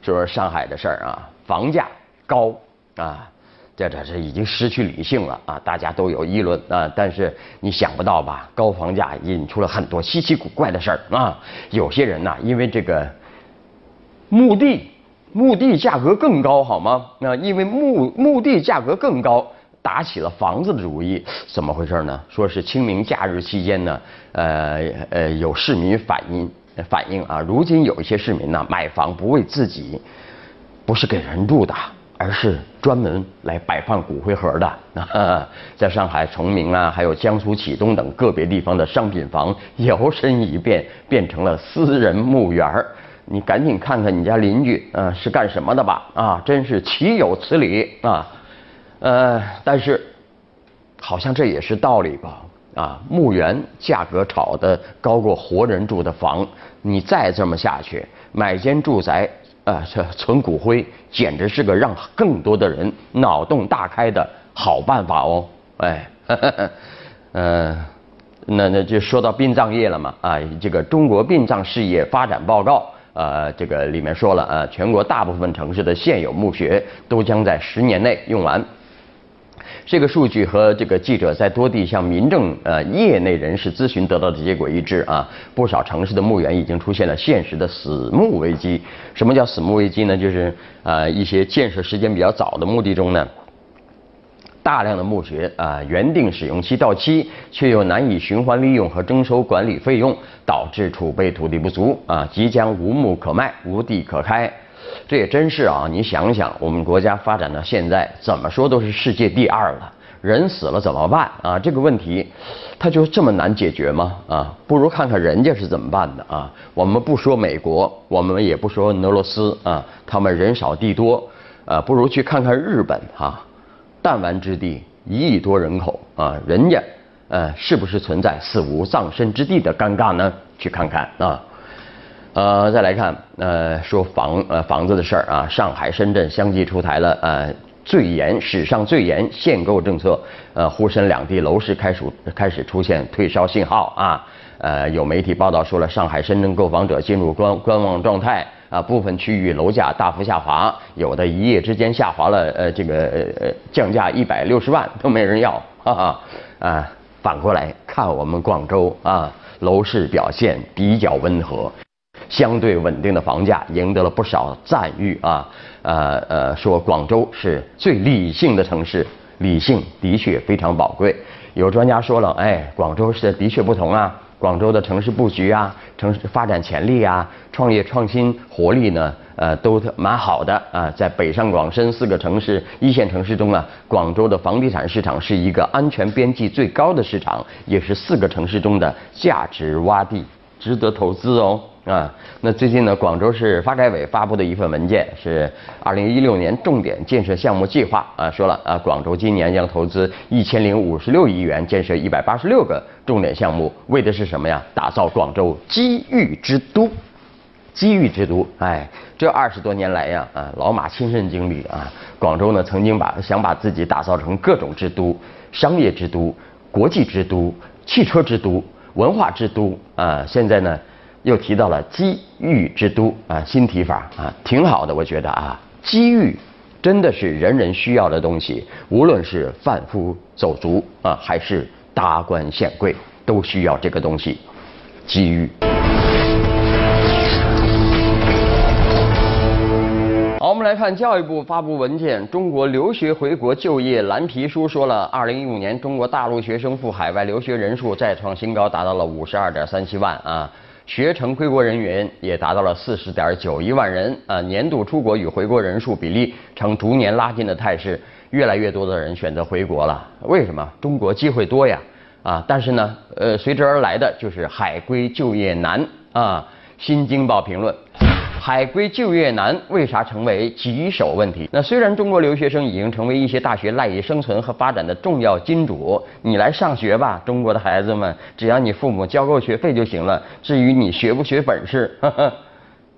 说上海的事儿啊，房价高啊。这是已经失去理性了啊！大家都有议论啊，但是你想不到吧？高房价引出了很多稀奇古怪的事儿啊！有些人呐，因为这个墓地价格更高，好吗？因为墓地价格更高，打起了房子的主意，怎么回事呢？说是清明假日期间呢，有市民反映啊，如今有一些市民呢买房不为自己，不是给人住的。而是专门来摆放骨灰盒的。在上海崇明啊，还有江苏启东等个别地方的商品房摇身一变，变成了私人墓园儿。你赶紧看看你家邻居是干什么的吧？啊，真是岂有此理啊！但是好像这也是道理吧？啊，墓园价格炒得高过活人住的房，你再这么下去，买间住宅。这存骨灰简直是个让更多的人脑洞大开的好办法哦！哎，那就说到殡葬业了嘛啊，这个中国殡葬事业发展报告，这个里面说了全国大部分城市的现有墓穴都将在10年内用完。这个数据和这个记者在多地向民政业内人士咨询得到的结果一致啊，不少城市的墓园已经出现了现实的死墓危机。什么叫死墓危机呢？就是一些建设时间比较早的墓地中呢，大量的墓穴原定使用期到期，却又难以循环利用和征收管理费用，导致储备土地不足啊，即将无墓可卖，无地可开。这也真是啊！你想想，我们国家发展到现在，怎么说都是世界第2了。人死了怎么办啊？这个问题，它就这么难解决吗？啊，不如看看人家是怎么办的啊！我们不说美国，我们也不说俄罗斯啊，他们人少地多，不如去看看日本哈，弹丸之地1亿多人口啊，人家是不是存在死无葬身之地的尴尬呢？去看看啊。再来看说房子的事儿啊，上海、深圳相继出台了史上最严限购政策，沪深两地楼市开始出现退烧信号啊，有媒体报道说了，上海、深圳购房者进入观望状态啊，部分区域楼价大幅下滑，有的一夜之间下滑了降价160万都没人要反过来看我们广州啊，楼市表现比较温和。相对稳定的房价赢得了不少赞誉啊，说广州是最理性的城市，理性的确非常宝贵。有专家说了，广州是的确不同啊，广州的城市布局啊，城市发展潜力啊，创业创新活力呢，都蛮好的啊。在北上广深4个城市1线城市中啊，广州的房地产市场是一个安全边际最高的市场，也是4个城市中的价值洼地，值得投资哦。那最近呢，广州市发改委发布的一份文件是2016年重点建设项目计划说了广州今年将投资1056亿元建设186个重点项目，为的是什么呀？打造广州机遇之都。机遇之都，这20多年来呀，老马亲身经历广州呢曾经想把自己打造成各种之都，商业之都、国际之都、汽车之都、文化之都现在呢又提到了机遇之都新提法挺好的，我觉得机遇真的是人人需要的东西，无论是贩夫走卒还是达官显贵，都需要这个东西，机遇。好，我们来看教育部发布文件，中国留学回国就业蓝皮书说了，2015年中国大陆学生赴海外留学人数再创新高，达到了52.37万学成归国人员也达到了40.91万人年度出国与回国人数比例呈逐年拉近的态势，越来越多的人选择回国了。为什么？中国机会多呀但是呢随之而来的就是海归就业难新京报评论，海归就业难为啥成为棘手问题？那虽然中国留学生已经成为一些大学赖以生存和发展的重要金主，你来上学吧，中国的孩子们，只要你父母交够学费就行了。至于你学不学本事，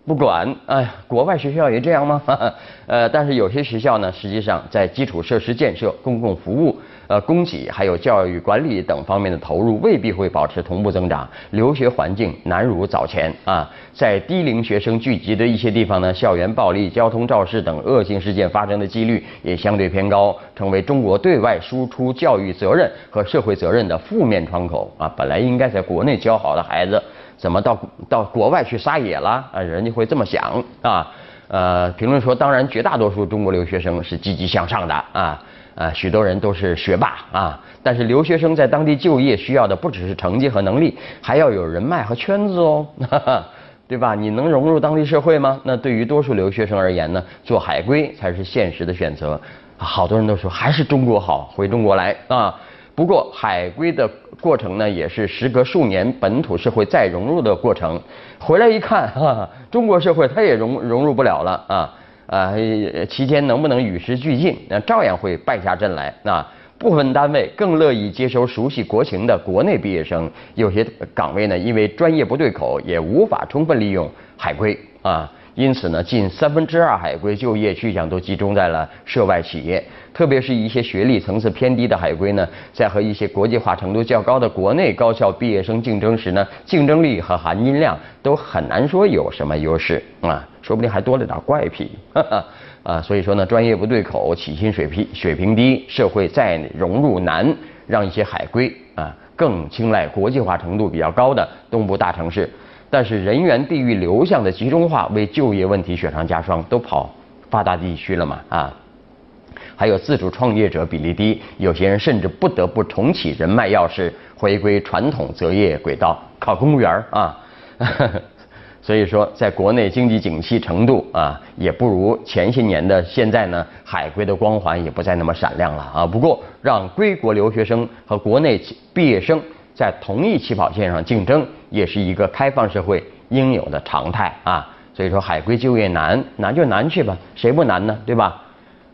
不管，哎呀，国外学校也这样吗？但是有些学校呢，实际上在基础设施建设、公共服务、供给还有教育管理等方面的投入未必会保持同步增长，留学环境难如早前啊。在低龄学生聚集的一些地方呢，校园暴力、交通肇事等恶性事件发生的几率也相对偏高，成为中国对外输出教育责任和社会责任的负面窗口啊。本来应该在国内教好的孩子，怎么到国外去撒野了啊？人家会这么想啊。评论说，当然绝大多数中国留学生是积极向上的啊，许多人都是学霸啊。但是留学生在当地就业需要的不只是成绩和能力，还要有人脉和圈子哦，对吧？你能融入当地社会吗？那对于多数留学生而言呢，做海归才是现实的选择。好多人都说还是中国好，回中国来啊。不过海归的过程呢，也是时隔数年本土社会再融入的过程。回来一看，中国社会它也融入不了了啊，期间能不能与时俱进，那照样会败下阵来啊。部分单位更乐意接收熟悉国情的国内毕业生，有些岗位呢，因为专业不对口，也无法充分利用海归啊。因此呢，近2/3海归就业去向都集中在了涉外企业，特别是一些学历层次偏低的海归呢，在和一些国际化程度较高的国内高校毕业生竞争时呢，竞争力和含金量都很难说有什么优势啊，说不定还多了点怪癖，所以说呢，专业不对口，起薪水平低，社会再融入难，让一些海归更青睐国际化程度比较高的东部大城市。但是人员地域流向的集中化为就业问题雪上加霜，都跑发达地区了嘛啊。还有自主创业者比例低，有些人甚至不得不重启人脉钥匙，回归传统择业轨道，考公务员啊。所以说，在国内经济景气程度也不如前些年的现在呢，海归的光环也不再那么闪亮了啊。不过，让归国留学生和国内毕业生在同一起跑线上竞争，也是一个开放社会应有的常态啊。所以说，海归就业难就难去吧，谁不难呢？对吧？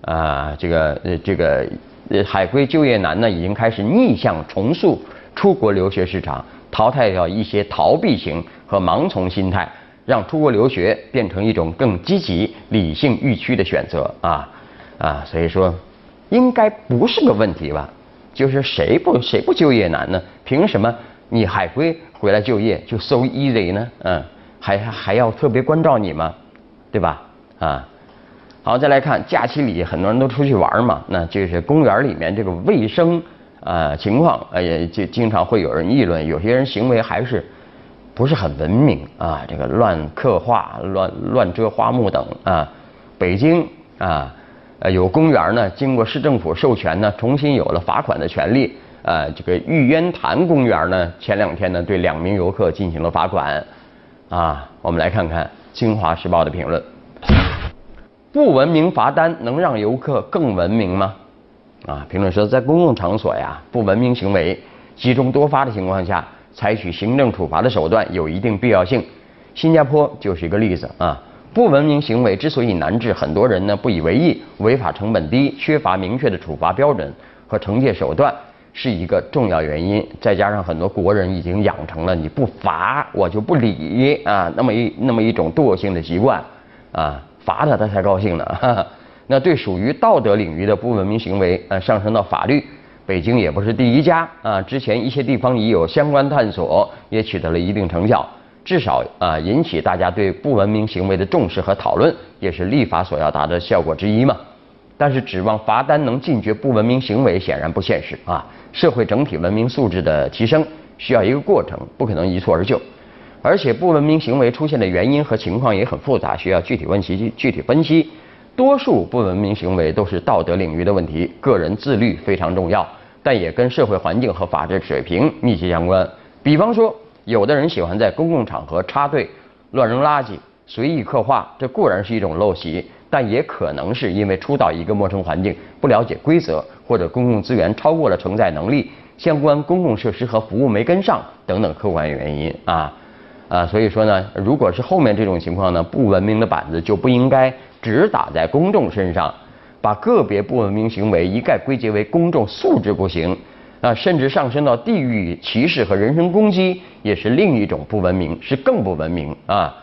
海归就业难呢，已经开始逆向重塑出国留学市场，淘汰掉一些逃避型和盲从心态，让出国留学变成一种更积极、理性预期的选择所以说，应该不是个问题吧？就是谁不就业难呢？凭什么你海归回来就业就 so easy 呢？还要特别关照你吗？对吧？好，再来看假期里很多人都出去玩嘛，那就是公园里面这个卫生情况也就经常会有人议论，有些人行为还是不是很文明这个乱刻画、乱遮花木等北京有公园呢，经过市政府授权呢，重新有了罚款的权利。这个玉渊潭公园呢，前2天呢对2名游客进行了罚款。我们来看看《京华时报》的评论：不文明罚单能让游客更文明吗？评论说，在公共场所不文明行为集中多发的情况下，采取行政处罚的手段有一定必要性。新加坡就是一个例子不文明行为之所以难治，很多人呢不以为意，违法成本低，缺乏明确的处罚标准和惩戒手段，是一个重要原因。再加上很多国人已经养成了你不罚我就不理那么一种惰性的习惯罚他才高兴呢。那对属于道德领域的不文明行为上升到法律，北京也不是第一家之前一些地方已有相关探索，也取得了一定成效，至少引起大家对不文明行为的重视和讨论，也是立法所要达的效果之一嘛。但是指望罚单能禁绝不文明行为显然不现实社会整体文明素质的提升需要一个过程，不可能一蹴而就。而且不文明行为出现的原因和情况也很复杂，需要具体分析。多数不文明行为都是道德领域的问题，个人自律非常重要，但也跟社会环境和法治水平密切相关。比方说，有的人喜欢在公共场合插队、乱扔垃圾、随意刻画，这固然是一种陋习，但也可能是因为初到一个陌生环境，不了解规则，或者公共资源超过了承载能力，相关公共设施和服务没跟上等等客观原因所以说呢，如果是后面这种情况呢，不文明的板子就不应该只打在公众身上，把个别不文明行为一概归结为公众素质不行甚至上升到地域歧视和人身攻击，也是另一种不文明，是更不文明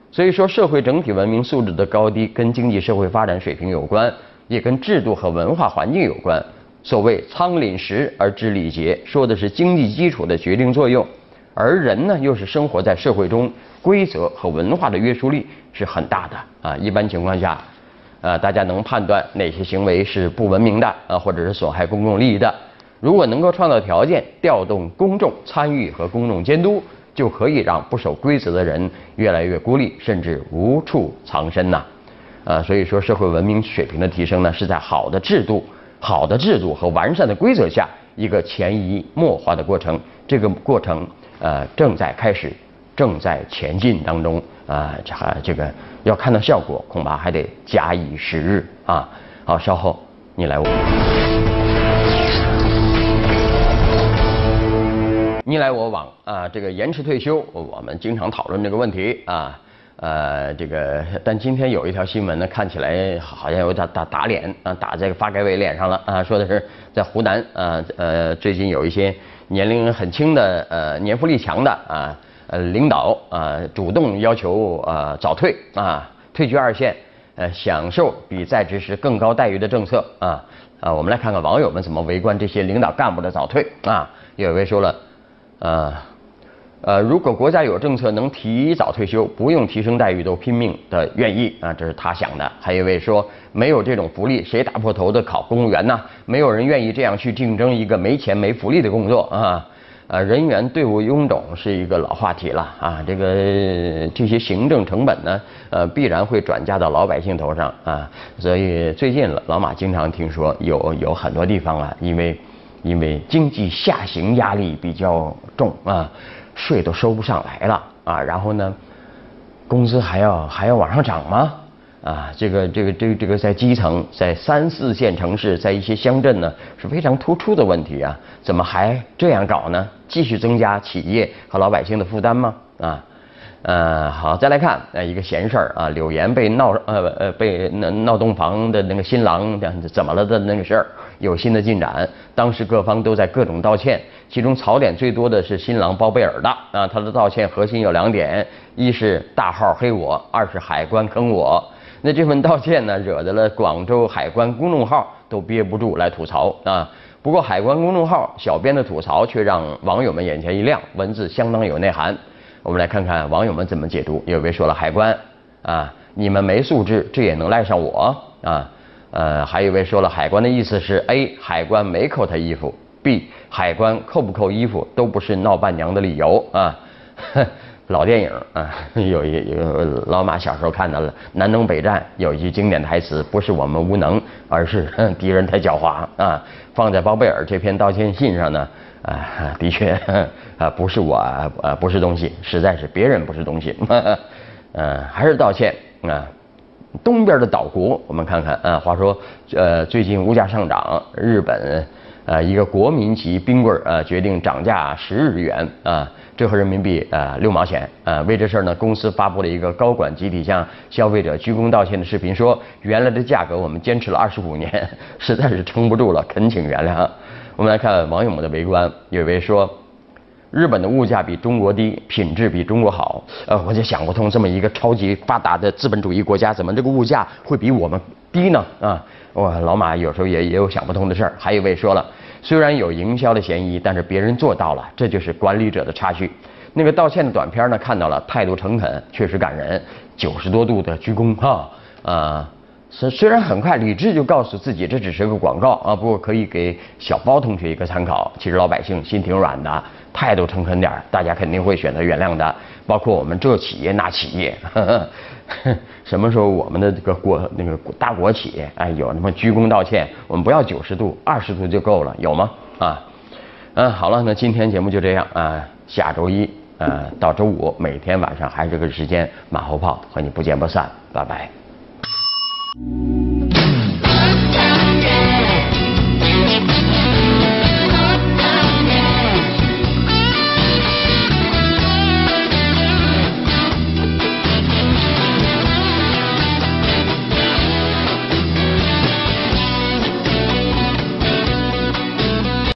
所以说，社会整体文明素质的高低跟经济社会发展水平有关，也跟制度和文化环境有关。所谓仓廪实而知礼节，说的是经济基础的决定作用，而人呢，又是生活在社会中，规则和文化的约束力是很大的啊。一般情况下，大家能判断哪些行为是不文明的或者是损害公共利益的。如果能够创造条件，调动公众参与和公众监督，就可以让不守规则的人越来越孤立，甚至无处藏身呐。所以说社会文明水平的提升呢，是在好的制度和完善的规则下一个潜移默化的过程。这个过程正在开始，正在前进当中这个要看到效果，恐怕还得假以时日啊。好，稍后你来我你来我往啊，这个延迟退休，我们经常讨论这个问题啊。但今天有一条新闻呢，看起来好像有点打脸啊，打这个发改委脸上了啊，说的是在湖南最近有一些年龄很轻的年富力强的领导主动要求早退退居二线，享受比在职时更高待遇的政策我们来看看网友们怎么围观这些领导干部的早退有一位说了如果国家有政策能提早退休，不用提升待遇都拼命的愿意这是他想的。还有一位说，没有这种福利，谁打破头的考公务员呢？没有人愿意这样去竞争一个没钱没福利的工作人员队伍臃肿是一个老话题了这些行政成本呢必然会转嫁到老百姓头上所以最近老马经常听说有很多地方因为经济下行压力比较重税都收不上来了然后呢，工资还要往上涨吗？这个在基层，在3、4线城市，在一些乡镇呢是非常突出的问题怎么还这样搞呢？继续增加企业和老百姓的负担吗？好，再来看一个闲事儿柳岩被闹洞房的那个新郎怎么了的那个事儿有新的进展，当时各方都在各种道歉，其中槽点最多的是新郎包贝尔的他的道歉核心有2点，一是大号黑我，二是海关坑我。那这份道歉呢，惹得了广州海关公众号都憋不住来吐槽不过海关公众号小编的吐槽却让网友们眼前一亮，文字相当有内涵。我们来看看网友们怎么解读。有位说了，海关你们没素质，这也能赖上我还有一位说了，海关的意思是 A 海关没扣他衣服， B 海关扣不扣衣服都不是闹伴娘的理由老电影有老马小时候看到了南征北战有一句经典台词，不是我们无能，而是敌人太狡猾放在包贝尔这篇道歉信上呢的确不是我不是东西，实在是别人不是东西还是道歉东边的岛国我们看看话说最近物价上涨，日本一个国民级冰棍决定涨价10日元折合人民币6毛钱为这事儿呢，公司发布了一个高管集体向消费者鞠躬道歉的视频，说原来的价格我们坚持了25年，实在是撑不住了，恳请原谅。我们来看网友们的围观，有一位说日本的物价比中国低，品质比中国好我就想不通，这么一个超级发达的资本主义国家，怎么这个物价会比我们低呢老马有时候也有想不通的事儿。还有一位说了，虽然有营销的嫌疑，但是别人做到了，这就是管理者的差距。那个道歉的短片呢，看到了态度诚恳，确实感人，90多度的鞠躬虽然很快理智就告诉自己这只是个广告不过可以给小包同学一个参考。其实老百姓心挺软的，态度诚恳点，大家肯定会选择原谅的，包括我们这企业那企业什么时候我们的这个大国企有那么鞠躬道歉，我们不要90度，20度就够了，有吗好了，那今天节目就这样下周一到周五每天晚上还是这个时间，马后炮和你不见不散，拜拜。